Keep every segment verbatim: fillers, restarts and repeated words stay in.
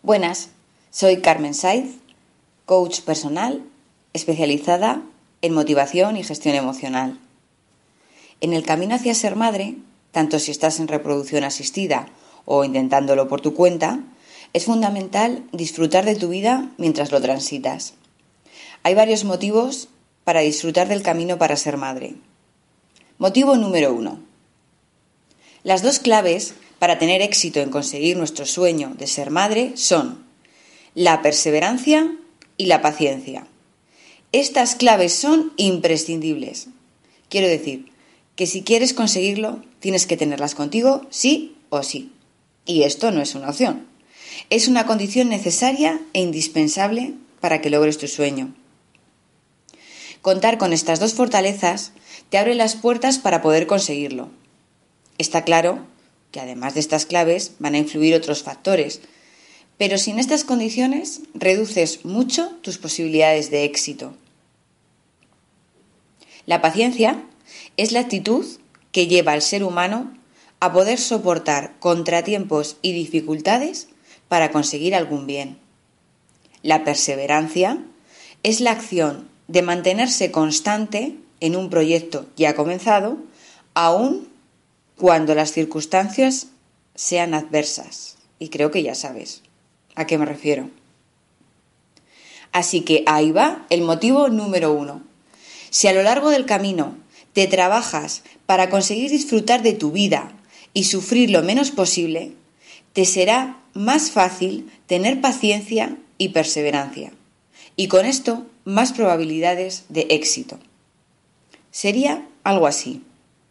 Buenas, soy Carmen Saiz, coach personal especializada en motivación y gestión emocional. En el camino hacia ser madre, tanto si estás en reproducción asistida o intentándolo por tu cuenta, es fundamental disfrutar de tu vida mientras lo transitas. Hay varios motivos para disfrutar del camino para ser madre. Motivo número uno. Las dos claves para tener éxito en conseguir nuestro sueño de ser madre son la perseverancia y la paciencia. Estas claves son imprescindibles. Quiero decir que si quieres conseguirlo, tienes que tenerlas contigo sí o sí. Y esto no es una opción. Es una condición necesaria e indispensable para que logres tu sueño. Contar con estas dos fortalezas te abre las puertas para poder conseguirlo. Está claro que además de estas claves van a influir otros factores, pero sin estas condiciones reduces mucho tus posibilidades de éxito. La paciencia es la actitud que lleva al ser humano a poder soportar contratiempos y dificultades para conseguir algún bien. La perseverancia es la acción de mantenerse constante en un proyecto ya comenzado, aun cuando las circunstancias sean adversas. Y creo que ya sabes a qué me refiero. Así que ahí va el motivo número uno. Si a lo largo del camino te trabajas para conseguir disfrutar de tu vida y sufrir lo menos posible, te será más fácil tener paciencia y perseverancia. Y con esto, más probabilidades de éxito. Sería algo así.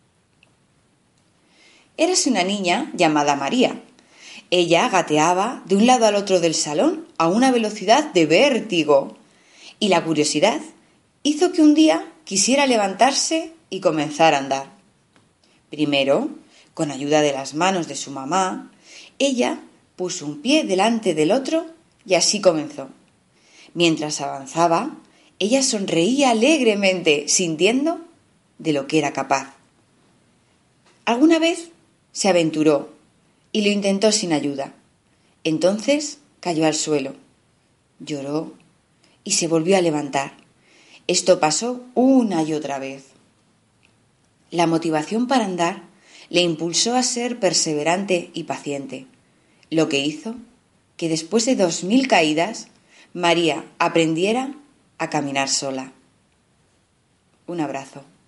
Érase una niña llamada María. Ella gateaba de un lado al otro del salón a una velocidad de vértigo. Y la curiosidad hizo que un día quisiera levantarse y comenzar a andar. Primero, con ayuda de las manos de su mamá, ella puso un pie delante del otro y así comenzó. Mientras avanzaba, ella sonreía alegremente, sintiendo de lo que era capaz. Alguna vez se aventuró y lo intentó sin ayuda. Entonces cayó al suelo, lloró y se volvió a levantar. Esto pasó una y otra vez. La motivación para andar le impulsó a ser perseverante y paciente, lo que hizo que después de dos mil caídas, María aprendiera a caminar sola. Un abrazo.